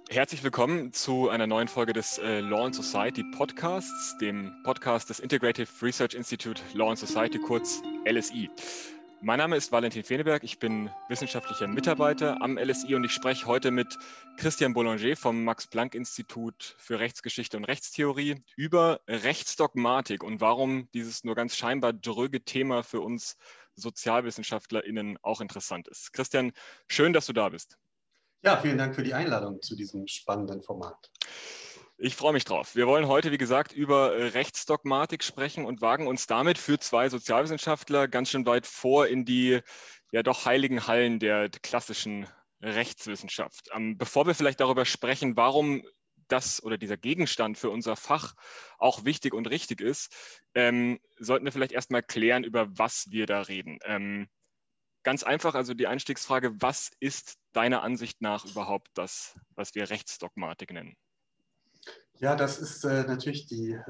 Herzlich willkommen zu einer neuen Folge des Law and Society Podcasts, dem Podcast des Integrative Research Institute Law and Society, kurz LSI. Mein Name ist Valentin Feneberg, ich bin wissenschaftlicher Mitarbeiter am LSI und ich spreche heute mit Christian Boulanger vom Max-Planck-Institut für Rechtsgeschichte und Rechtstheorie über Rechtsdogmatik und warum dieses nur ganz scheinbar dröge Thema für uns SozialwissenschaftlerInnen auch interessant ist. Christian, schön, dass du da bist. Ja, vielen Dank für die Einladung zu diesem spannenden Format. Ich freue mich drauf. Wir wollen heute, wie gesagt, über Rechtsdogmatik sprechen und wagen uns damit für zwei Sozialwissenschaftler ganz schön weit vor in die ja doch heiligen Hallen der klassischen Rechtswissenschaft. Bevor wir vielleicht darüber sprechen, warum das oder dieser Gegenstand für unser Fach auch wichtig und richtig ist, sollten wir vielleicht erstmal klären, über was wir da reden. Ganz einfach, also die Einstiegsfrage, was ist deiner Ansicht nach überhaupt das, was wir Rechtsdogmatik nennen? Ja, das ist natürlich die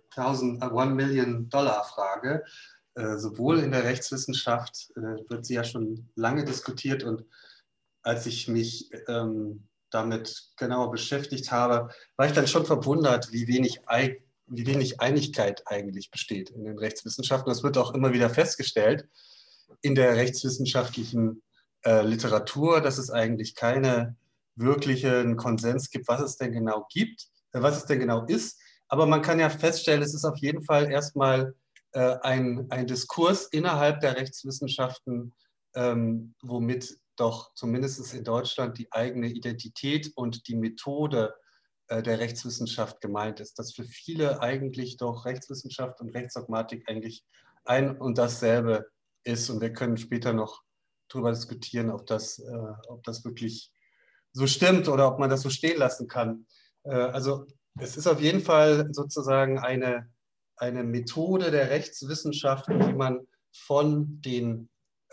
$1-Million-Frage. Sowohl in der Rechtswissenschaft wird sie ja schon lange diskutiert und als ich mich damit genauer beschäftigt habe, war ich dann schon verwundert, wie wenig Einigkeit eigentlich besteht in den Rechtswissenschaften. Das wird auch immer wieder festgestellt in der rechtswissenschaftlichen Literatur, dass es eigentlich keinen wirklichen Konsens gibt, was es denn genau gibt, was es denn genau ist. Aber man kann ja feststellen, es ist auf jeden Fall erstmal ein Diskurs innerhalb der Rechtswissenschaften, womit doch zumindest in Deutschland die eigene Identität und die Methode der Rechtswissenschaft gemeint ist, dass für viele eigentlich doch Rechtswissenschaft und Rechtsdogmatik eigentlich ein und dasselbe ist. Und wir können später noch darüber diskutieren, ob das wirklich so stimmt oder ob man das so stehen lassen kann. Also es ist auf jeden Fall sozusagen eine Methode der Rechtswissenschaften, wie man von den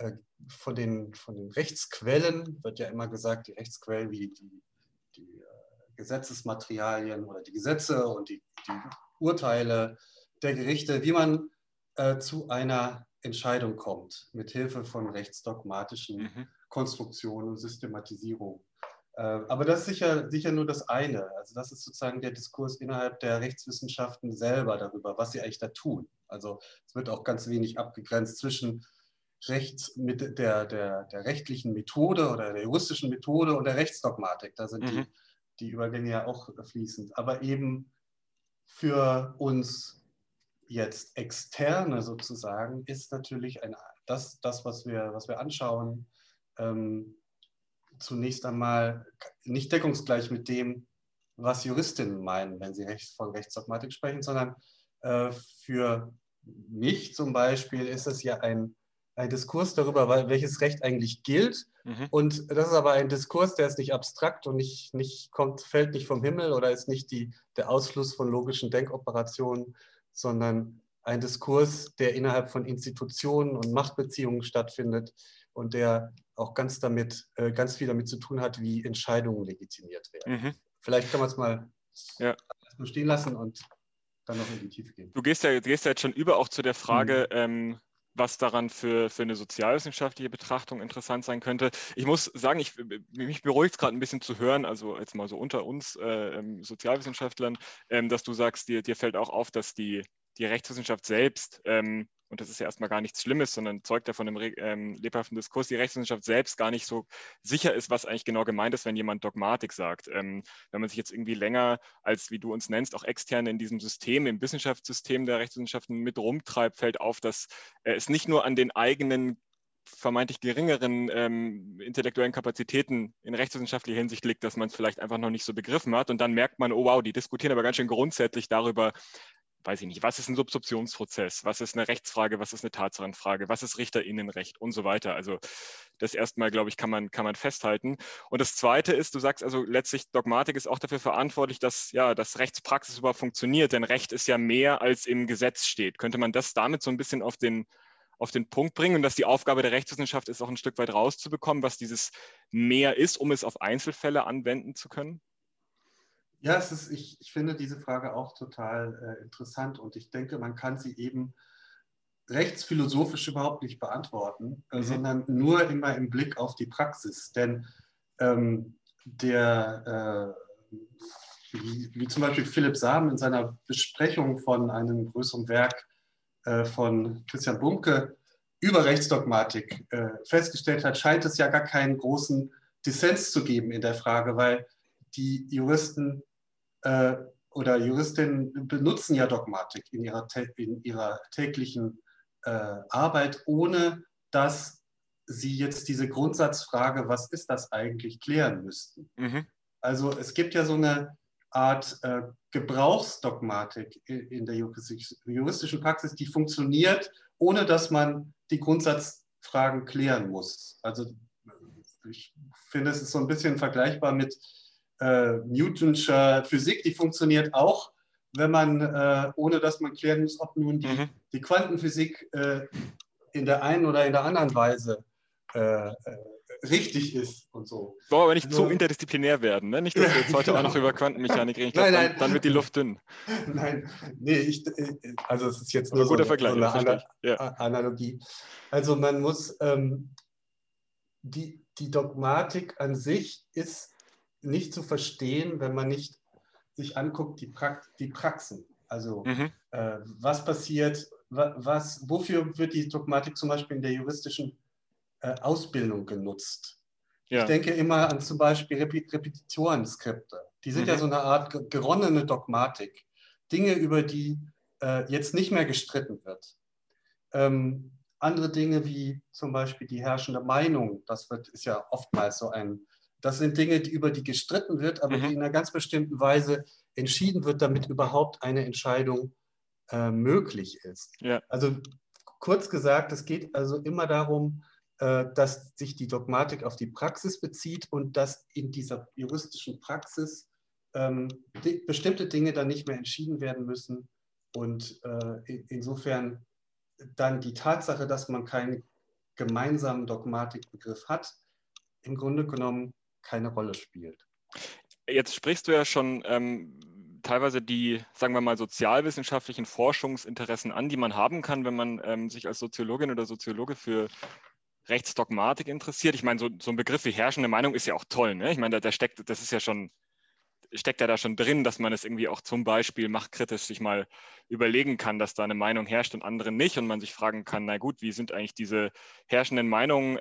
Rechtsquellen, wird ja immer gesagt, die Rechtsquellen wie die Gesetzesmaterialien oder die Gesetze und die Urteile der Gerichte, wie man zu einer Entscheidung kommt, mit Hilfe von rechtsdogmatischen Konstruktionen und Systematisierung. Aber das ist sicher nur das eine. Also das ist sozusagen der Diskurs innerhalb der Rechtswissenschaften selber darüber, was sie eigentlich da tun. Also es wird auch ganz wenig abgegrenzt zwischen mit der rechtlichen Methode oder der juristischen Methode und der Rechtsdogmatik. Da sind die Übergänge ja auch fließend. Aber eben für uns jetzt Externe sozusagen ist natürlich das was wir anschauen, zunächst einmal nicht deckungsgleich mit dem, was Juristinnen meinen, wenn sie von Rechtsdogmatik sprechen, sondern für mich zum Beispiel ist es ja ein Diskurs darüber, welches Recht eigentlich gilt. Und das ist aber ein Diskurs, der ist nicht abstrakt und fällt nicht vom Himmel oder ist nicht der Ausfluss von logischen Denkoperationen, sondern ein Diskurs, der innerhalb von Institutionen und Machtbeziehungen stattfindet und der auch ganz viel damit zu tun hat, wie Entscheidungen legitimiert werden. Vielleicht kann man es mal stehen lassen und dann noch in die Tiefe gehen. Du gehst ja jetzt schon über auch zu der Frage, was daran für eine sozialwissenschaftliche Betrachtung interessant sein könnte. Ich muss sagen, mich beruhigt es gerade ein bisschen zu hören, also jetzt mal so unter uns Sozialwissenschaftlern, dass du sagst, dir fällt auch auf, dass die Rechtswissenschaft selbst, und das ist ja erstmal gar nichts Schlimmes, sondern zeugt ja von einem lebhaften Diskurs, die Rechtswissenschaft selbst gar nicht so sicher ist, was eigentlich genau gemeint ist, wenn jemand Dogmatik sagt. Wenn man sich jetzt irgendwie länger als, wie du uns nennst, auch extern in diesem System, im Wissenschaftssystem der Rechtswissenschaften mit rumtreibt, fällt auf, dass es nicht nur an den eigenen vermeintlich geringeren intellektuellen Kapazitäten in rechtswissenschaftlicher Hinsicht liegt, dass man es vielleicht einfach noch nicht so begriffen hat und dann merkt man, oh wow, die diskutieren aber ganz schön grundsätzlich darüber, weiß ich nicht, was ist ein Subsumptionsprozess, was ist eine Rechtsfrage, was ist eine Tatsachenfrage, was ist Richterinnenrecht und so weiter. Also das erstmal, glaube ich, kann man festhalten. Und das Zweite ist, du sagst also letztlich, Dogmatik ist auch dafür verantwortlich, dass Rechtspraxis überhaupt funktioniert, denn Recht ist ja mehr, als im Gesetz steht. Könnte man das damit so ein bisschen auf den Punkt bringen und dass die Aufgabe der Rechtswissenschaft ist, auch ein Stück weit rauszubekommen, was dieses Mehr ist, um es auf Einzelfälle anwenden zu können? Ja, ich finde diese Frage auch total interessant und ich denke, man kann sie eben rechtsphilosophisch überhaupt nicht beantworten, sondern nur immer im Blick auf die Praxis. Denn wie zum Beispiel Philipp Sam in seiner Besprechung von einem größeren Werk von Christian Bumke über Rechtsdogmatik festgestellt hat, scheint es ja gar keinen großen Dissens zu geben in der Frage, weil die Juristen oder Juristinnen benutzen ja Dogmatik in ihrer täglichen Arbeit, ohne dass sie jetzt diese Grundsatzfrage, was ist das eigentlich, klären müssten. Mhm. Also es gibt ja so eine Art Gebrauchsdogmatik in der juristischen Praxis, die funktioniert, ohne dass man die Grundsatzfragen klären muss. Also ich finde, es ist so ein bisschen vergleichbar mit Newtonscher Physik, die funktioniert auch, wenn man, ohne dass man klären muss, ob nun die Quantenphysik in der einen oder in der anderen Weise richtig ist und so. Wollen wir aber nicht zu interdisziplinär werden, ne? Nicht, dass wir jetzt heute auch noch über Quantenmechanik reden. Ich glaube, dann wird die Luft dünn. Nein, nee, also es ist jetzt nur so eine Analogie. Also man muss, die Dogmatik an sich ist nicht zu verstehen, wenn man nicht sich anguckt, die Praxen. Also was passiert, wofür wird die Dogmatik zum Beispiel in der juristischen Ausbildung genutzt? Ja. Ich denke immer an zum Beispiel Repetitorenskripte. Die sind ja so eine Art geronnene Dogmatik. Dinge, über die jetzt nicht mehr gestritten wird. Andere Dinge wie zum Beispiel die herrschende Meinung, ist ja oftmals so das sind Dinge, über die gestritten wird, aber die in einer ganz bestimmten Weise entschieden wird, damit überhaupt eine Entscheidung möglich ist. Ja. Also kurz gesagt, es geht also immer darum, dass sich die Dogmatik auf die Praxis bezieht und dass in dieser juristischen Praxis bestimmte Dinge dann nicht mehr entschieden werden müssen und insofern dann die Tatsache, dass man keinen gemeinsamen Dogmatikbegriff hat, im Grunde genommen keine Rolle spielt. Jetzt sprichst du ja schon teilweise die, sagen wir mal, sozialwissenschaftlichen Forschungsinteressen an, die man haben kann, wenn man sich als Soziologin oder Soziologe für Rechtsdogmatik interessiert. Ich meine, so ein Begriff wie herrschende Meinung ist ja auch toll, ne? Ich meine, steckt ja da schon drin, dass man es irgendwie auch zum Beispiel machtkritisch sich mal überlegen kann, dass da eine Meinung herrscht und andere nicht und man sich fragen kann, na gut, wie sind eigentlich diese herrschenden Meinungen,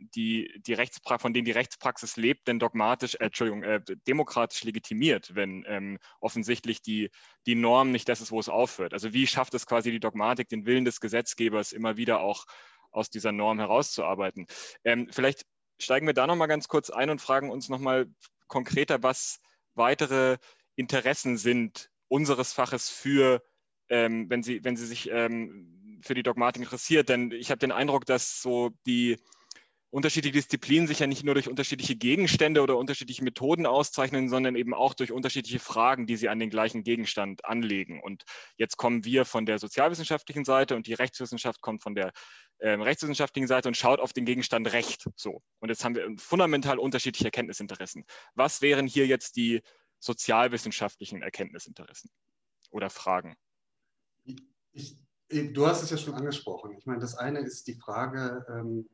von denen die Rechtspraxis lebt, denn demokratisch legitimiert, wenn offensichtlich die Norm nicht das ist, wo es aufhört. Also wie schafft es quasi die Dogmatik, den Willen des Gesetzgebers immer wieder auch aus dieser Norm herauszuarbeiten? Vielleicht steigen wir da nochmal ganz kurz ein und fragen uns nochmal konkreter, was weitere Interessen sind unseres Faches wenn Sie sich für die Dogmatik interessiert. Denn ich habe den Eindruck, dass so die unterschiedliche Disziplinen sich ja nicht nur durch unterschiedliche Gegenstände oder unterschiedliche Methoden auszeichnen, sondern eben auch durch unterschiedliche Fragen, die sie an den gleichen Gegenstand anlegen. Und jetzt kommen wir von der sozialwissenschaftlichen Seite und die Rechtswissenschaft kommt von der rechtswissenschaftlichen Seite und schaut auf den Gegenstand Recht. So. Und jetzt haben wir fundamental unterschiedliche Erkenntnisinteressen. Was wären hier jetzt die sozialwissenschaftlichen Erkenntnisinteressen oder Fragen? Du hast es ja schon angesprochen. Ich meine, das eine ist die Frage,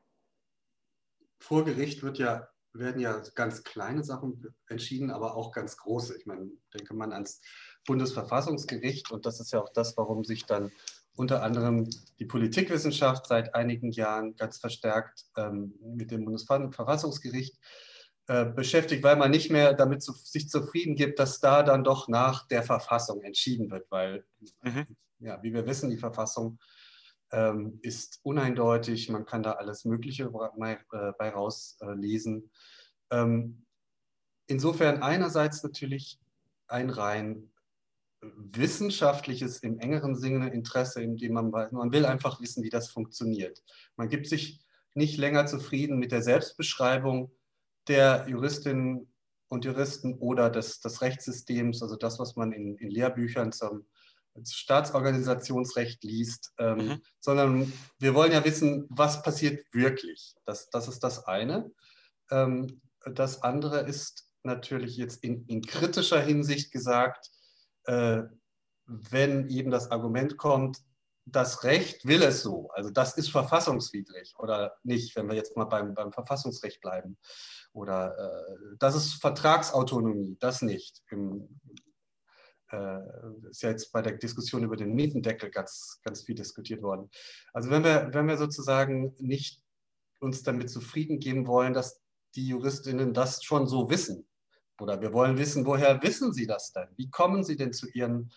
vor Gericht werden ja ganz kleine Sachen entschieden, aber auch ganz große. Ich meine, denke man ans Bundesverfassungsgericht und das ist ja auch das, warum sich dann unter anderem die Politikwissenschaft seit einigen Jahren ganz verstärkt mit dem Bundesverfassungsgericht beschäftigt, weil man nicht mehr damit sich zufrieden gibt, dass da dann doch nach der Verfassung entschieden wird, weil, ja, wie wir wissen, die Verfassung ist uneindeutig, man kann da alles Mögliche bei rauslesen. Insofern einerseits natürlich ein rein wissenschaftliches, im engeren Sinne Interesse, in dem man will einfach wissen, wie das funktioniert. Man gibt sich nicht länger zufrieden mit der Selbstbeschreibung der Juristinnen und Juristen oder des Rechtssystems, also das, was man in Lehrbüchern zum Staatsorganisationsrecht liest, sondern wir wollen ja wissen, was passiert wirklich. Das ist das eine. Das andere ist natürlich jetzt in kritischer Hinsicht gesagt, wenn eben das Argument kommt, das Recht will es so. Also das ist verfassungswidrig oder nicht, wenn wir jetzt mal beim Verfassungsrecht bleiben. Oder das ist Vertragsautonomie, das nicht. Ist ja jetzt bei der Diskussion über den Mietendeckel ganz, ganz viel diskutiert worden. Also wenn wir sozusagen nicht uns damit zufrieden geben wollen, dass die JuristInnen das schon so wissen, oder wir wollen wissen, woher wissen sie das denn? Wie kommen sie denn zu ihren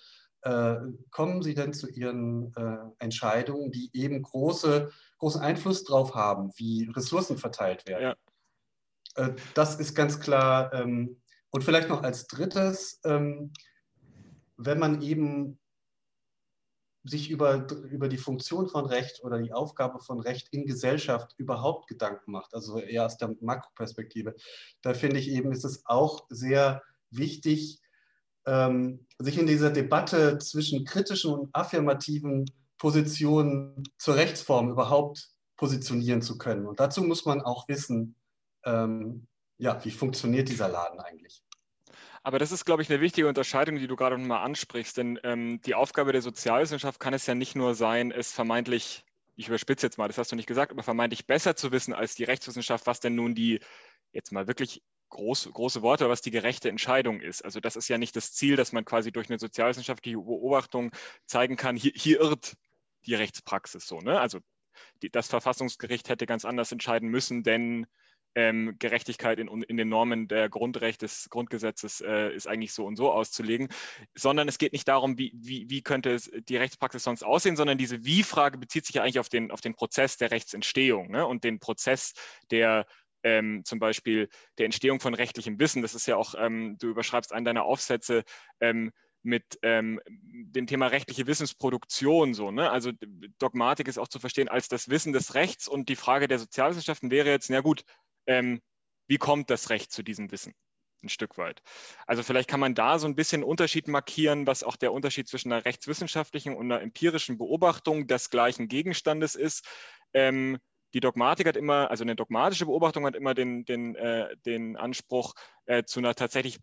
Entscheidungen, die eben großen Einfluss drauf haben, wie Ressourcen verteilt werden? Ja. Das ist ganz klar. Und vielleicht noch als drittes, wenn man eben sich über die Funktion von Recht oder die Aufgabe von Recht in Gesellschaft überhaupt Gedanken macht, also eher aus der Makroperspektive, da finde ich eben, ist es auch sehr wichtig, sich in dieser Debatte zwischen kritischen und affirmativen Positionen zur Rechtsform überhaupt positionieren zu können. Und dazu muss man auch wissen, ja, wie funktioniert dieser Laden eigentlich? Aber das ist, glaube ich, eine wichtige Unterscheidung, die du gerade noch mal ansprichst. Denn die Aufgabe der Sozialwissenschaft kann es ja nicht nur sein, es vermeintlich, ich überspitze jetzt mal, das hast du nicht gesagt, aber vermeintlich besser zu wissen als die Rechtswissenschaft, was denn nun die, jetzt mal wirklich große Worte, was die gerechte Entscheidung ist. Also das ist ja nicht das Ziel, dass man quasi durch eine sozialwissenschaftliche Beobachtung zeigen kann, hier irrt die Rechtspraxis so. Ne? Also das Verfassungsgericht hätte ganz anders entscheiden müssen, denn Gerechtigkeit in den Normen der des Grundgesetzes ist eigentlich so und so auszulegen, sondern es geht nicht darum, wie könnte die Rechtspraxis sonst aussehen, sondern diese Wie-Frage bezieht sich ja eigentlich auf den Prozess der Rechtsentstehung, ne? Und den Prozess der zum Beispiel der Entstehung von rechtlichem Wissen. Das ist ja auch, du überschreibst einen deiner Aufsätze mit dem Thema rechtliche Wissensproduktion so, ne? Also Dogmatik ist auch zu verstehen als das Wissen des Rechts, und die Frage der Sozialwissenschaften wäre jetzt, na gut, wie kommt das Recht zu diesem Wissen? Ein Stück weit. Also vielleicht kann man da so ein bisschen Unterschied markieren, was auch der Unterschied zwischen einer rechtswissenschaftlichen und einer empirischen Beobachtung des gleichen Gegenstandes ist. Die Dogmatik hat immer, also eine dogmatische Beobachtung hat immer den Anspruch, zu einer tatsächlich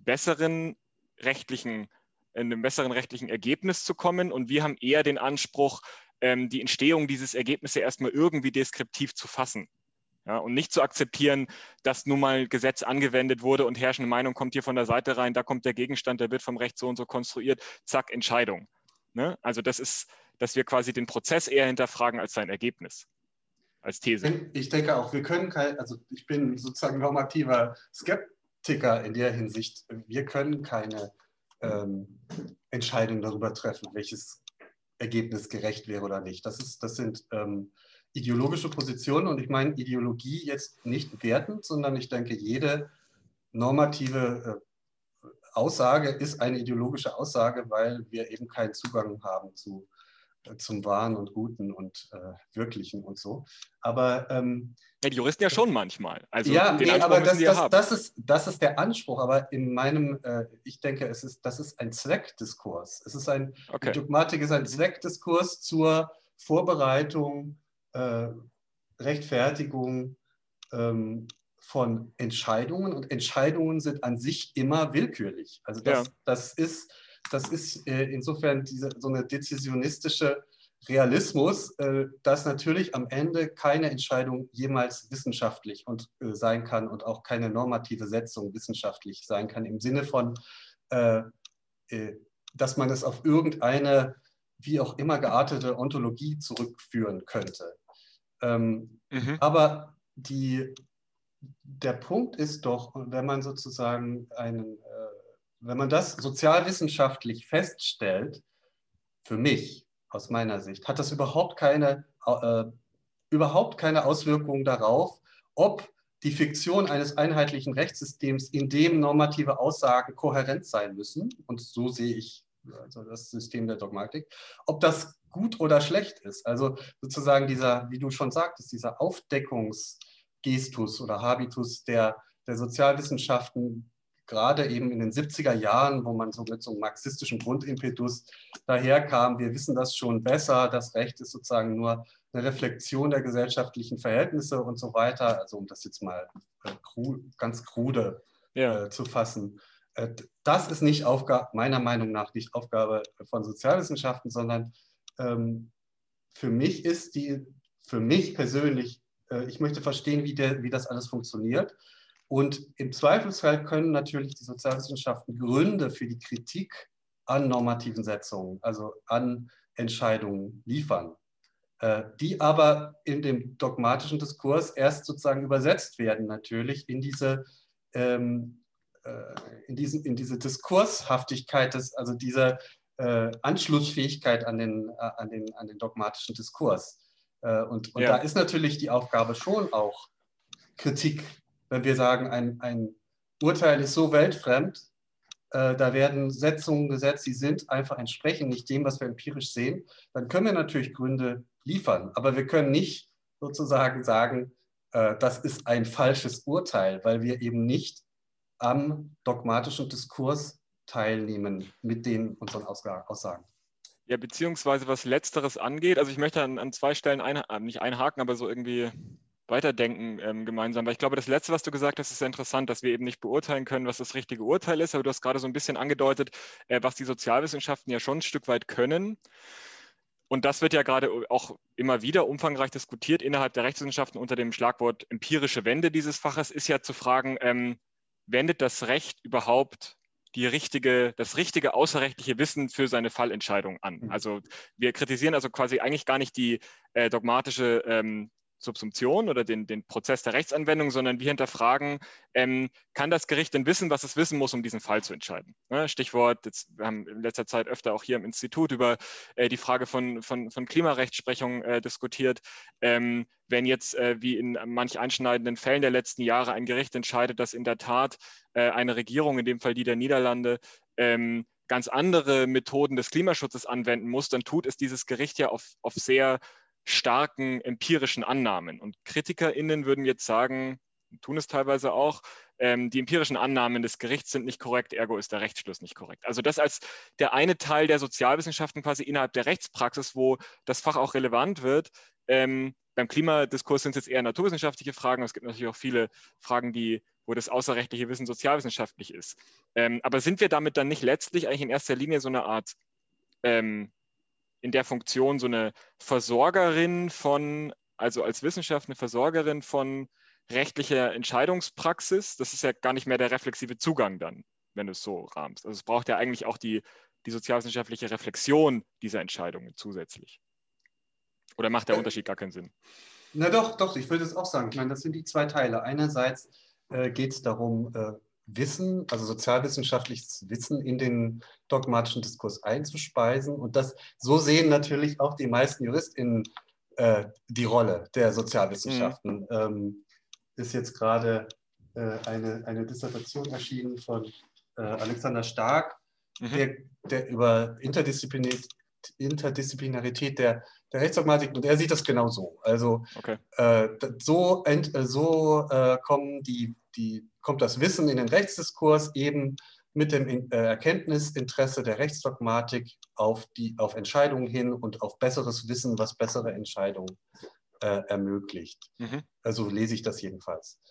einem besseren rechtlichen Ergebnis zu kommen, und wir haben eher den Anspruch, die Entstehung dieses Ergebnisses erstmal irgendwie deskriptiv zu fassen. Ja, und nicht zu akzeptieren, dass nun mal Gesetz angewendet wurde und herrschende Meinung kommt hier von der Seite rein, da kommt der Gegenstand, der wird vom Recht so und so konstruiert, zack, Entscheidung. Ne? Also das ist, dass wir quasi den Prozess eher hinterfragen als sein Ergebnis, als These. Ich denke auch, wir können also ich bin sozusagen normativer Skeptiker in der Hinsicht, wir können keine Entscheidung darüber treffen, welches Ergebnis gerecht wäre oder nicht. Das sind ideologische Positionen, und ich meine Ideologie jetzt nicht wertend, sondern ich denke, jede normative Aussage ist eine ideologische Aussage, weil wir eben keinen Zugang haben zum Wahren und Guten und Wirklichen und so. Aber ja, die Juristen ja schon manchmal. Also ja, den nee, Anspruch aber müssen die ja haben. das ist der Anspruch. Aber in meinem, ich denke, das ist ein Zweckdiskurs. Die Dogmatik ist ein Zweckdiskurs zur Vorbereitung, Rechtfertigung von Entscheidungen. Und Entscheidungen sind an sich immer willkürlich. Also das ist insofern so eine dezisionistische Realismus, dass natürlich am Ende keine Entscheidung jemals wissenschaftlich sein kann und auch keine normative Setzung wissenschaftlich sein kann, im Sinne von, dass man es auf irgendeine, wie auch immer geartete Ontologie zurückführen könnte. Aber der Punkt ist doch, wenn man sozusagen wenn man das sozialwissenschaftlich feststellt, für mich, aus meiner Sicht, hat das überhaupt keine Auswirkungen darauf, ob die Fiktion eines einheitlichen Rechtssystems, in dem normative Aussagen kohärent sein müssen, und so sehe ich also das System der Dogmatik, ob das gut oder schlecht ist. Also sozusagen wie du schon sagtest, dieser Aufdeckungsgestus oder Habitus der Sozialwissenschaften, gerade eben in den 70er Jahren, wo man so mit so einem marxistischen Grundimpetus daherkam, wir wissen das schon besser, das Recht ist sozusagen nur eine Reflexion der gesellschaftlichen Verhältnisse und so weiter, also um das jetzt mal ganz krude zu fassen. Das ist nicht meiner Meinung nach nicht Aufgabe von Sozialwissenschaften, sondern für mich für mich persönlich, ich möchte verstehen, wie das alles funktioniert. Und im Zweifelsfall können natürlich die Sozialwissenschaften Gründe für die Kritik an normativen Setzungen, also an Entscheidungen liefern, die aber in dem dogmatischen Diskurs erst sozusagen übersetzt werden, natürlich in diese Diskurshaftigkeit, also diese Anschlussfähigkeit an den dogmatischen Diskurs. Und da ist natürlich die Aufgabe schon auch Kritik, wenn wir sagen, ein Urteil ist so weltfremd, da werden Setzungen gesetzt, die entsprechen nicht dem, was wir empirisch sehen, dann können wir natürlich Gründe liefern. Aber wir können nicht sozusagen sagen, das ist ein falsches Urteil, weil wir eben nicht am dogmatischen Diskurs teilnehmen mit unseren Aussagen. Ja, beziehungsweise was Letzteres angeht, also ich möchte an zwei Stellen nicht einhaken, aber so irgendwie weiterdenken gemeinsam, weil ich glaube, das Letzte, was du gesagt hast, ist sehr interessant, dass wir eben nicht beurteilen können, was das richtige Urteil ist, aber du hast gerade so ein bisschen angedeutet, was die Sozialwissenschaften ja schon ein Stück weit können. Und das wird ja gerade auch immer wieder umfangreich diskutiert innerhalb der Rechtswissenschaften unter dem Schlagwort empirische Wende dieses Faches, ist ja zu fragen, wendet das Recht überhaupt das richtige außerrechtliche Wissen für seine Fallentscheidung an? Also wir kritisieren also quasi eigentlich gar nicht die dogmatische Subsumption oder den Prozess der Rechtsanwendung, sondern wir hinterfragen, kann das Gericht denn wissen, was es wissen muss, um diesen Fall zu entscheiden? Stichwort, wir haben in letzter Zeit öfter auch hier im Institut über die Frage von Klimarechtsprechung diskutiert. Wenn jetzt wie in manch einschneidenden Fällen der letzten Jahre ein Gericht entscheidet, dass in der Tat eine Regierung, in dem Fall die der Niederlande, ganz andere Methoden des Klimaschutzes anwenden muss, dann tut es dieses Gericht ja auf sehr starken empirischen Annahmen. Und KritikerInnen würden jetzt sagen, tun es teilweise auch, die empirischen Annahmen des Gerichts sind nicht korrekt, ergo ist der Rechtsschluss nicht korrekt. Also das als der eine Teil der Sozialwissenschaften quasi innerhalb der Rechtspraxis, wo das Fach auch relevant wird. Beim Klimadiskurs sind es jetzt eher naturwissenschaftliche Fragen, es gibt natürlich auch viele Fragen, wo das außerrechtliche Wissen sozialwissenschaftlich ist. Aber sind wir damit dann nicht letztlich eigentlich in erster Linie so eine Art in der Funktion so eine Versorgerin also als Wissenschaft eine Versorgerin von rechtlicher Entscheidungspraxis? Das ist ja gar nicht mehr der reflexive Zugang dann, wenn du es so rahmst. Also es braucht ja eigentlich auch die sozialwissenschaftliche Reflexion dieser Entscheidungen zusätzlich. Oder macht der Unterschied gar keinen Sinn? Na doch, ich würde es auch sagen. Ich meine, das sind die zwei Teile. Einerseits geht es darum, Wissen, also sozialwissenschaftliches Wissen in den dogmatischen Diskurs einzuspeisen. Und so sehen natürlich auch die meisten JuristInnen die Rolle der Sozialwissenschaften. Ist jetzt gerade eine Dissertation erschienen von Alexander Stark, der über Interdisziplinarität der Rechtsdogmatik, und er sieht das genau so. Also okay. Kommt das Wissen in den Rechtsdiskurs eben mit dem Erkenntnisinteresse der Rechtsdogmatik auf Entscheidungen hin und auf besseres Wissen, was bessere Entscheidungen ermöglicht. Also lese ich das jedenfalls.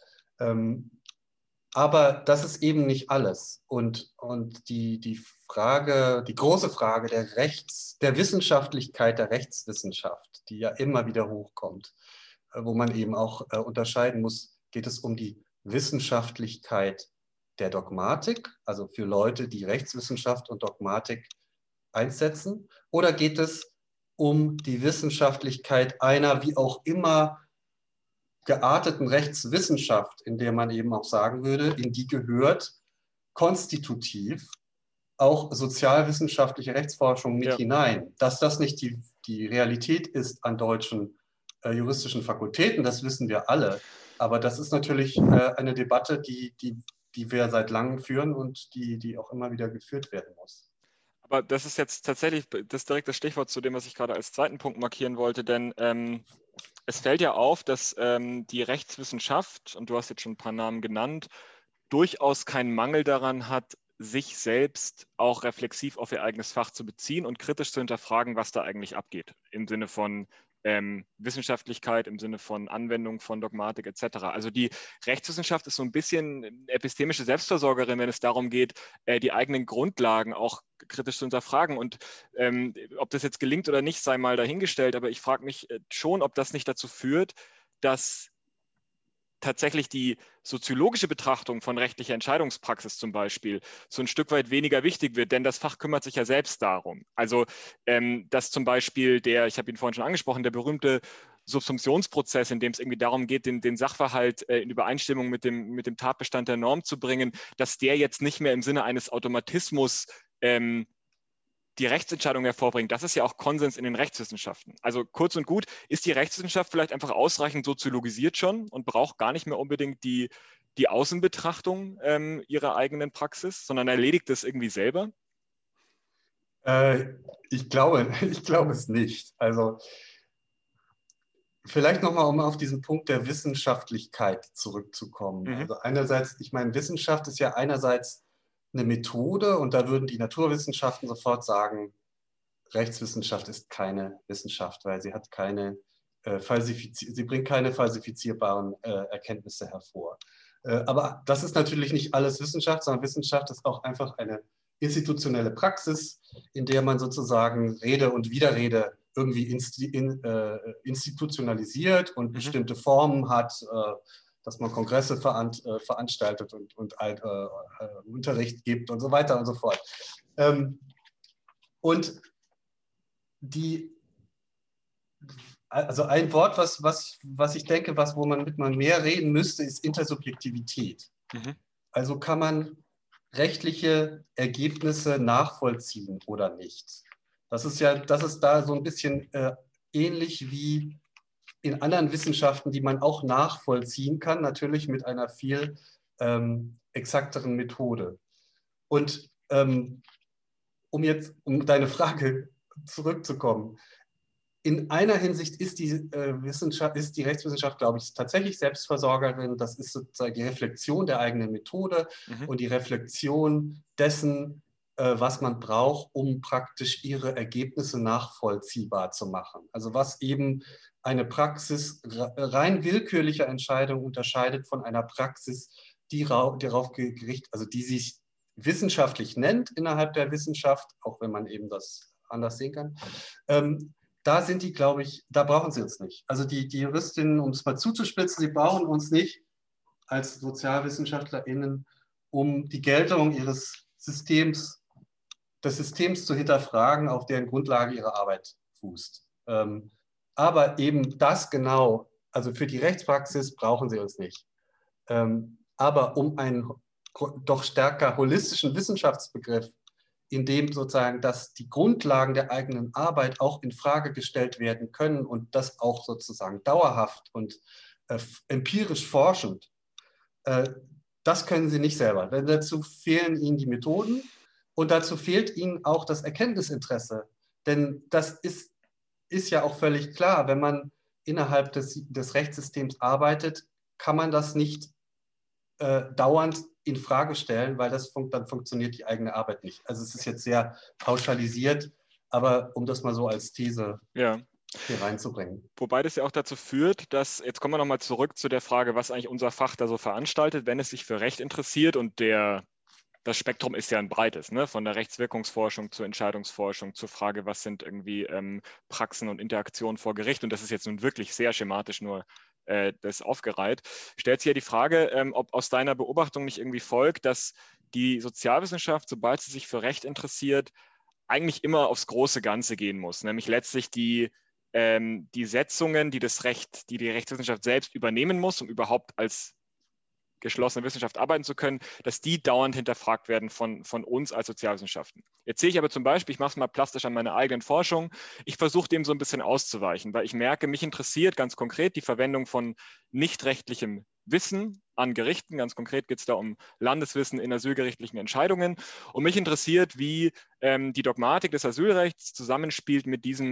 Aber das ist eben nicht alles. Und die große Frage der Wissenschaftlichkeit der Rechtswissenschaft, die ja immer wieder hochkommt, wo man eben auch unterscheiden muss, geht es um die Wissenschaftlichkeit der Dogmatik, also für Leute, die Rechtswissenschaft und Dogmatik einsetzen, oder geht es um die Wissenschaftlichkeit einer wie auch immer gearteten Rechtswissenschaft, in der man eben auch sagen würde, in die gehört konstitutiv auch sozialwissenschaftliche Rechtsforschung mit hinein. Dass das nicht die Realität ist an deutschen juristischen Fakultäten, das wissen wir alle. Aber das ist natürlich eine Debatte, die wir seit langem führen und die auch immer wieder geführt werden muss. Aber das ist jetzt tatsächlich das direkte Stichwort zu dem, was ich gerade als zweiten Punkt markieren wollte, denn es fällt ja auf, dass die Rechtswissenschaft, und du hast jetzt schon ein paar Namen genannt, durchaus keinen Mangel daran hat, sich selbst auch reflexiv auf ihr eigenes Fach zu beziehen und kritisch zu hinterfragen, was da eigentlich abgeht. Im Sinne von Wissenschaftlichkeit im Sinne von Anwendung von Dogmatik etc. Also die Rechtswissenschaft ist so ein bisschen epistemische Selbstversorgerin, wenn es darum geht, die eigenen Grundlagen auch kritisch zu hinterfragen. Und ob das jetzt gelingt oder nicht, sei mal dahingestellt. Aber ich frage mich schon, ob das nicht dazu führt, dass tatsächlich die soziologische Betrachtung von rechtlicher Entscheidungspraxis zum Beispiel so ein Stück weit weniger wichtig wird, denn das Fach kümmert sich ja selbst darum. Also dass zum Beispiel ich habe ihn vorhin schon angesprochen, der berühmte Subsumptionsprozess, in dem es irgendwie darum geht, den Sachverhalt in Übereinstimmung mit dem Tatbestand der Norm zu bringen, dass der jetzt nicht mehr im Sinne eines Automatismus die Rechtsentscheidung hervorbringt, das ist ja auch Konsens in den Rechtswissenschaften. Also kurz und gut, ist die Rechtswissenschaft vielleicht einfach ausreichend soziologisiert schon und braucht gar nicht mehr unbedingt die Außenbetrachtung ihrer eigenen Praxis, sondern erledigt das irgendwie selber? Ich glaube es nicht. Also vielleicht nochmal, um auf diesen Punkt der Wissenschaftlichkeit zurückzukommen. Also einerseits, ich meine, Wissenschaft ist ja einerseits eine Methode und da würden die Naturwissenschaften sofort sagen, Rechtswissenschaft ist keine Wissenschaft, weil sie hat sie bringt keine falsifizierbaren Erkenntnisse hervor. Aber das ist natürlich nicht alles Wissenschaft, sondern Wissenschaft ist auch einfach eine institutionelle Praxis, in der man sozusagen Rede und Widerrede irgendwie institutionalisiert und bestimmte Formen hat, dass man Kongresse veranstaltet und Unterricht gibt und so weiter und so fort. Und also ein Wort, was ich denke, womit man mehr reden müsste, ist Intersubjektivität. Also kann man rechtliche Ergebnisse nachvollziehen oder nicht? Das ist da so ein bisschen ähnlich wie in anderen Wissenschaften, die man auch nachvollziehen kann, natürlich mit einer viel exakteren Methode. Und um deine Frage zurückzukommen, in einer Hinsicht ist die Rechtswissenschaft, glaube ich, tatsächlich Selbstversorgerin. Das ist sozusagen die Reflexion der eigenen Methode und die Reflexion dessen, was man braucht, um praktisch ihre Ergebnisse nachvollziehbar zu machen. Also was eben eine Praxis rein willkürlicher Entscheidung unterscheidet von einer Praxis, die sich wissenschaftlich nennt innerhalb der Wissenschaft, auch wenn man eben das anders sehen kann. Da sind die, glaube ich, da brauchen sie uns nicht. Also die Juristinnen, um es mal zuzuspitzen, sie brauchen uns nicht als SozialwissenschaftlerInnen, um die Geltung des Systems zu hinterfragen, auf deren Grundlage ihre Arbeit fußt. Aber eben das genau, also für die Rechtspraxis brauchen sie uns nicht. Aber um einen doch stärker holistischen Wissenschaftsbegriff, in dem sozusagen, dass die Grundlagen der eigenen Arbeit auch in Frage gestellt werden können und das auch sozusagen dauerhaft und empirisch forschend, das können sie nicht selber. Denn dazu fehlen ihnen die Methoden und dazu fehlt ihnen auch das Erkenntnisinteresse. Denn das ist ja auch völlig klar, wenn man innerhalb des Rechtssystems arbeitet, kann man das nicht dauernd in Frage stellen, weil dann funktioniert die eigene Arbeit nicht. Also es ist jetzt sehr pauschalisiert, aber um das mal so als These hier reinzubringen. Wobei das ja auch dazu führt, dass, jetzt kommen wir nochmal zurück zu der Frage, was eigentlich unser Fach da so veranstaltet, wenn es sich für Recht interessiert und das Spektrum ist ja ein breites, ne? Von der Rechtswirkungsforschung zur Entscheidungsforschung, zur Frage, was sind irgendwie Praxen und Interaktionen vor Gericht, und das ist jetzt nun wirklich sehr schematisch nur das aufgereiht, stellt sich ja die Frage, ob aus deiner Beobachtung nicht irgendwie folgt, dass die Sozialwissenschaft, sobald sie sich für Recht interessiert, eigentlich immer aufs große Ganze gehen muss, nämlich letztlich die Setzungen, die die Rechtswissenschaft selbst übernehmen muss, um überhaupt als geschlossene Wissenschaft arbeiten zu können, dass die dauernd hinterfragt werden von uns als Sozialwissenschaften. Jetzt sehe ich aber zum Beispiel, ich mache es mal plastisch an meiner eigenen Forschung, ich versuche dem so ein bisschen auszuweichen, weil ich merke, mich interessiert ganz konkret die Verwendung von nicht rechtlichem Wissen an Gerichten. Ganz konkret geht es da um Landeswissen in asylgerichtlichen Entscheidungen. Und mich interessiert, wie die Dogmatik des Asylrechts zusammenspielt mit diesem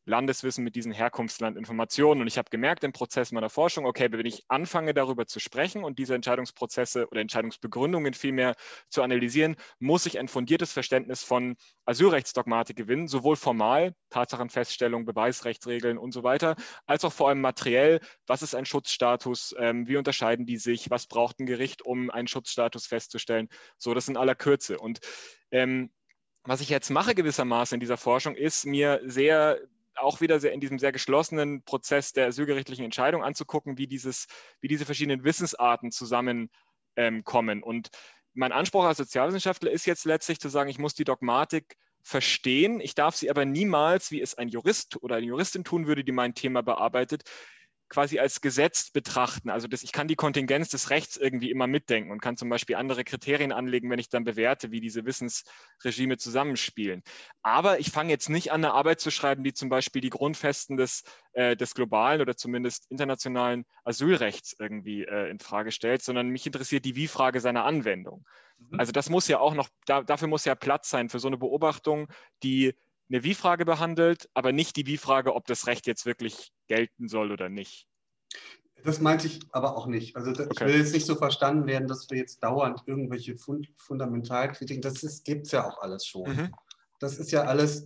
Landeswissen, mit diesen Herkunftslandinformationen. Und ich habe gemerkt im Prozess meiner Forschung, okay, wenn ich anfange darüber zu sprechen und diese Entscheidungsprozesse oder Entscheidungsbegründungen vielmehr zu analysieren, muss ich ein fundiertes Verständnis von Asylrechtsdogmatik gewinnen, sowohl formal, Tatsachenfeststellung, Beweisrechtsregeln und so weiter, als auch vor allem materiell, was ist ein Schutzstatus, wie unterscheiden die sich, was braucht ein Gericht, um einen Schutzstatus festzustellen, so das in aller Kürze. Und was ich jetzt mache gewissermaßen in dieser Forschung, ist mir auch wieder sehr in diesem sehr geschlossenen Prozess der asylgerichtlichen Entscheidung anzugucken, wie diese verschiedenen Wissensarten zusammenkommen. Und mein Anspruch als Sozialwissenschaftler ist jetzt letztlich zu sagen, ich muss die Dogmatik verstehen. Ich darf sie aber niemals, wie es ein Jurist oder eine Juristin tun würde, die mein Thema bearbeitet, quasi als Gesetz betrachten. Also ich kann die Kontingenz des Rechts irgendwie immer mitdenken und kann zum Beispiel andere Kriterien anlegen, wenn ich dann bewerte, wie diese Wissensregime zusammenspielen. Aber ich fange jetzt nicht an, eine Arbeit zu schreiben, die zum Beispiel die Grundfesten des globalen oder zumindest internationalen Asylrechts irgendwie in Frage stellt, sondern mich interessiert die Wie-Frage seiner Anwendung. Also das muss ja auch noch, dafür muss ja Platz sein für so eine Beobachtung, die eine Wie-Frage behandelt, aber nicht die Wie-Frage, ob das Recht jetzt wirklich gelten soll oder nicht. Das meinte ich aber auch nicht. Also ich will jetzt nicht so verstanden werden, dass wir jetzt dauernd irgendwelche Fundamentalkritiken, gibt es ja auch alles schon. Mhm. Das ist ja alles,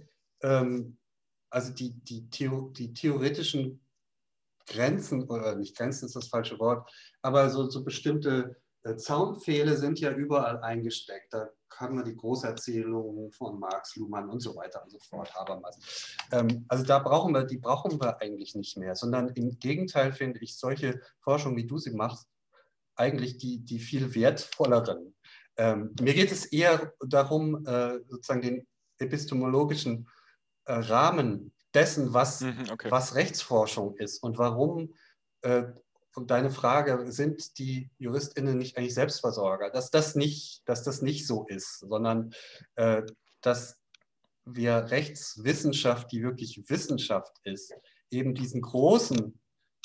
also die theoretischen Grenzen, oder nicht Grenzen ist das falsche Wort, aber so bestimmte Zaunpfähle sind ja überall eingesteckt. Da haben wir die Großerzählungen von Marx, Luhmann und so weiter und so fort, Habermas. Also die brauchen wir eigentlich nicht mehr, sondern im Gegenteil finde ich solche Forschung, wie du sie machst, eigentlich die viel wertvolleren. Mir geht es eher darum, sozusagen den epistemologischen Rahmen dessen, was Rechtsforschung ist und warum, und deine Frage, sind die JuristInnen nicht eigentlich Selbstversorger? Dass das nicht so ist, sondern dass wir Rechtswissenschaft, die wirklich Wissenschaft ist, eben diesen großen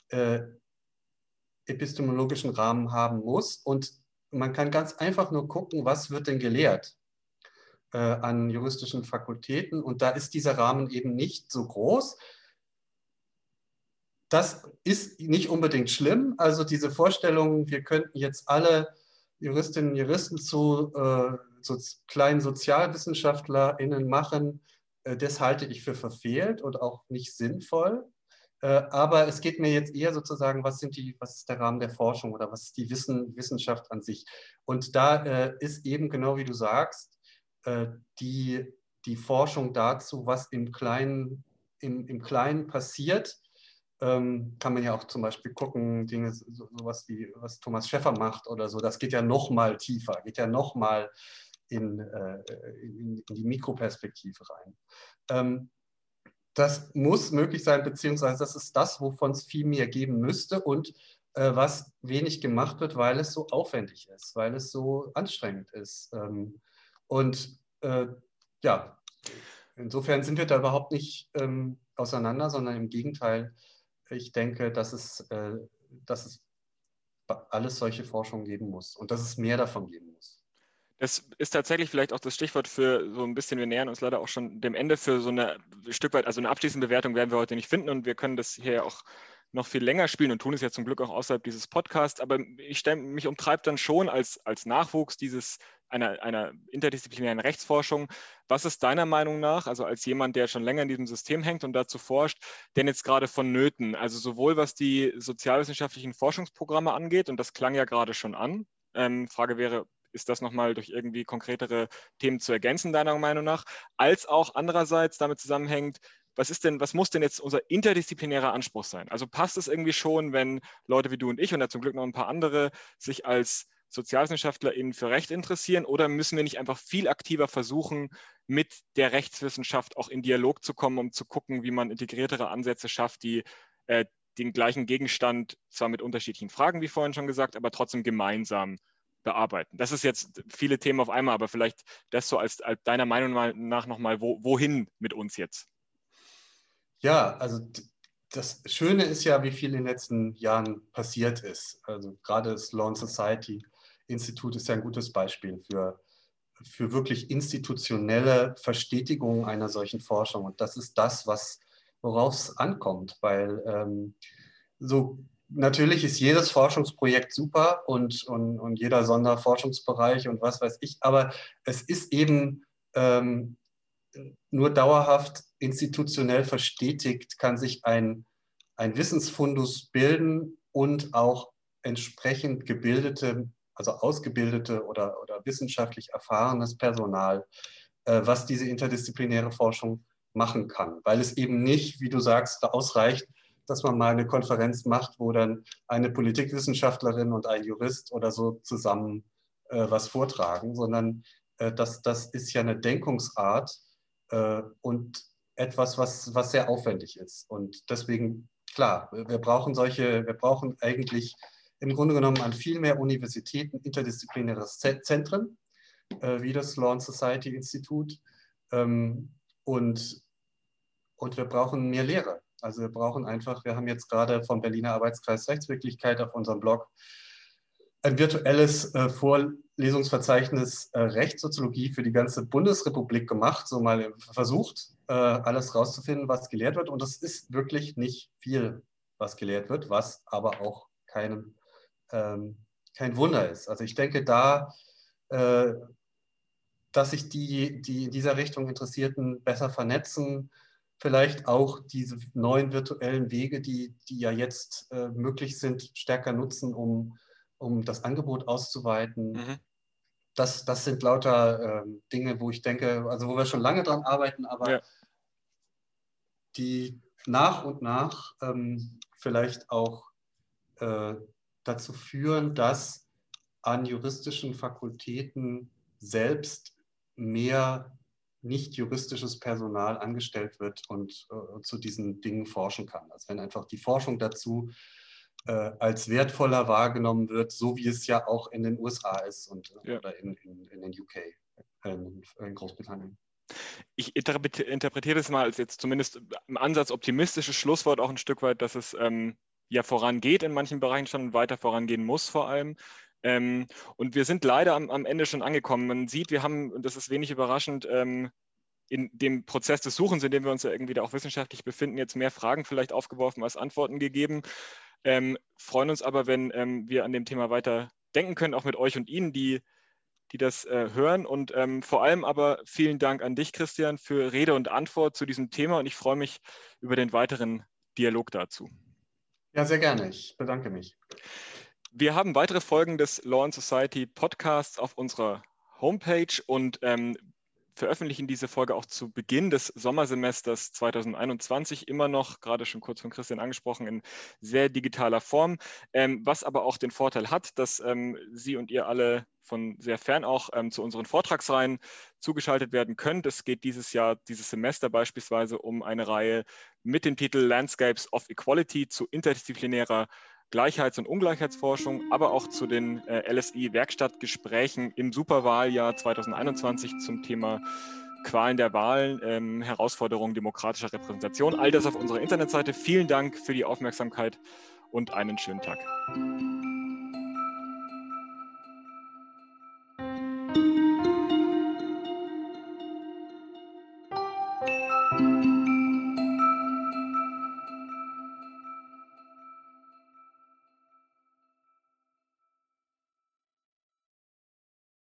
epistemologischen Rahmen haben muss. Und man kann ganz einfach nur gucken, was wird denn gelehrt an juristischen Fakultäten. Und da ist dieser Rahmen eben nicht so groß. Das ist nicht unbedingt schlimm. Also diese Vorstellung, wir könnten jetzt alle Juristinnen und Juristen zu kleinen SozialwissenschaftlerInnen machen, das halte ich für verfehlt und auch nicht sinnvoll. Aber es geht mir jetzt eher sozusagen, was ist der Rahmen der Forschung oder was ist die Wissenschaft an sich? Und da ist eben genau wie du sagst, die Forschung dazu, was im Kleinen passiert, kann man ja auch zum Beispiel gucken, Dinge, sowas wie was Thomas Schäffer macht oder so, das geht ja noch mal tiefer, geht ja noch mal in die Mikroperspektive rein. Das muss möglich sein, beziehungsweise das ist das, wovon es viel mehr geben müsste und was wenig gemacht wird, weil es so aufwendig ist, weil es so anstrengend ist. Ja, insofern sind wir da überhaupt nicht auseinander, sondern im Gegenteil, ich denke, dass es alles solche Forschung geben muss und dass es mehr davon geben muss. Das ist tatsächlich vielleicht auch das Stichwort für so ein bisschen, wir nähern uns leider auch schon dem Ende für so eine Stück weit, also eine abschließende Bewertung werden wir heute nicht finden und wir können das hier ja auch noch viel länger spielen und tun es ja zum Glück auch außerhalb dieses Podcasts, aber mich umtreibt dann schon als Nachwuchs einer interdisziplinären Rechtsforschung. Was ist deiner Meinung nach, also als jemand, der schon länger in diesem System hängt und dazu forscht, denn jetzt gerade vonnöten? Also sowohl was die sozialwissenschaftlichen Forschungsprogramme angeht, und das klang ja gerade schon an. Frage wäre, ist das nochmal durch irgendwie konkretere Themen zu ergänzen, deiner Meinung nach, als auch andererseits damit zusammenhängt, was muss denn jetzt unser interdisziplinärer Anspruch sein? Also passt es irgendwie schon, wenn Leute wie du und ich und da zum Glück noch ein paar andere sich als SozialwissenschaftlerInnen für Recht interessieren oder müssen wir nicht einfach viel aktiver versuchen, mit der Rechtswissenschaft auch in Dialog zu kommen, um zu gucken, wie man integriertere Ansätze schafft, die den gleichen Gegenstand zwar mit unterschiedlichen Fragen, wie vorhin schon gesagt, aber trotzdem gemeinsam bearbeiten. Das ist jetzt viele Themen auf einmal, aber vielleicht das so als deiner Meinung nach nochmal, wohin mit uns jetzt? Ja, also das Schöne ist ja, wie viel in den letzten Jahren passiert ist. Also gerade das Law and Society Institut ist ja ein gutes Beispiel für wirklich institutionelle Verstetigung einer solchen Forschung. Und das ist das, was worauf es ankommt, weil so natürlich ist jedes Forschungsprojekt super und jeder Sonderforschungsbereich und was weiß ich, aber es ist eben nur dauerhaft institutionell verstetigt, kann sich ein Wissensfundus bilden und auch entsprechend gebildete, also ausgebildete oder wissenschaftlich erfahrenes Personal, was diese interdisziplinäre Forschung machen kann. Weil es eben nicht, wie du sagst, ausreicht, dass man mal eine Konferenz macht, wo dann eine Politikwissenschaftlerin und ein Jurist oder so zusammen was vortragen, sondern das ist ja eine Denkungsart und etwas, was sehr aufwendig ist. Und deswegen, klar, wir brauchen eigentlich im Grunde genommen an viel mehr Universitäten interdisziplinäre Zentren, wie das Law and Society Institut. Und wir brauchen mehr Lehre. Also wir haben jetzt gerade vom Berliner Arbeitskreis Rechtswirklichkeit auf unserem Blog ein virtuelles Vorlesungsverzeichnis Rechtssoziologie für die ganze Bundesrepublik gemacht, so mal versucht, alles rauszufinden, was gelehrt wird. Und es ist wirklich nicht viel, was gelehrt wird, was aber auch kein Wunder ist. Also ich denke dass sich die in dieser Richtung Interessierten besser vernetzen, vielleicht auch diese neuen virtuellen Wege, die ja jetzt möglich sind, stärker nutzen, um das Angebot auszuweiten. Mhm. Das sind lauter Dinge, wo ich denke, also wo wir schon lange dran arbeiten, aber die nach und nach vielleicht auch dazu führen, dass an juristischen Fakultäten selbst mehr nicht juristisches Personal angestellt wird und zu diesen Dingen forschen kann. Also wenn einfach die Forschung dazu als wertvoller wahrgenommen wird, so wie es ja auch in den USA ist oder in den UK, in Großbritannien. Ich interpretiere das mal als jetzt zumindest im Ansatz optimistisches Schlusswort auch ein Stück weit, dass es ja vorangeht in manchen Bereichen schon und weiter vorangehen muss vor allem. Und wir sind leider am Ende schon angekommen. Man sieht, wir haben, und das ist wenig überraschend, in dem Prozess des Suchens, in dem wir uns ja irgendwie da auch wissenschaftlich befinden, jetzt mehr Fragen vielleicht aufgeworfen als Antworten gegeben. Freuen uns aber, wenn wir an dem Thema weiter denken können, auch mit euch und Ihnen, die das hören. Und vor allem aber vielen Dank an dich, Christian, für Rede und Antwort zu diesem Thema. Und ich freue mich über den weiteren Dialog dazu. Ja, sehr gerne. Ich bedanke mich. Wir haben weitere Folgen des Law and Society Podcasts auf unserer Homepage und veröffentlichen diese Folge auch zu Beginn des Sommersemesters 2021 immer noch, gerade schon kurz von Christian angesprochen, in sehr digitaler Form, was aber auch den Vorteil hat, dass Sie und ihr alle von sehr fern auch zu unseren Vortragsreihen zugeschaltet werden könnt. Es geht dieses Semester beispielsweise um eine Reihe mit dem Titel Landscapes of Equality zu interdisziplinärer Gleichheits- und Ungleichheitsforschung, aber auch zu den LSI-Werkstattgesprächen im Superwahljahr 2021 zum Thema Qualen der Wahlen, Herausforderungen demokratischer Repräsentation. All das auf unserer Internetseite. Vielen Dank für die Aufmerksamkeit und einen schönen Tag.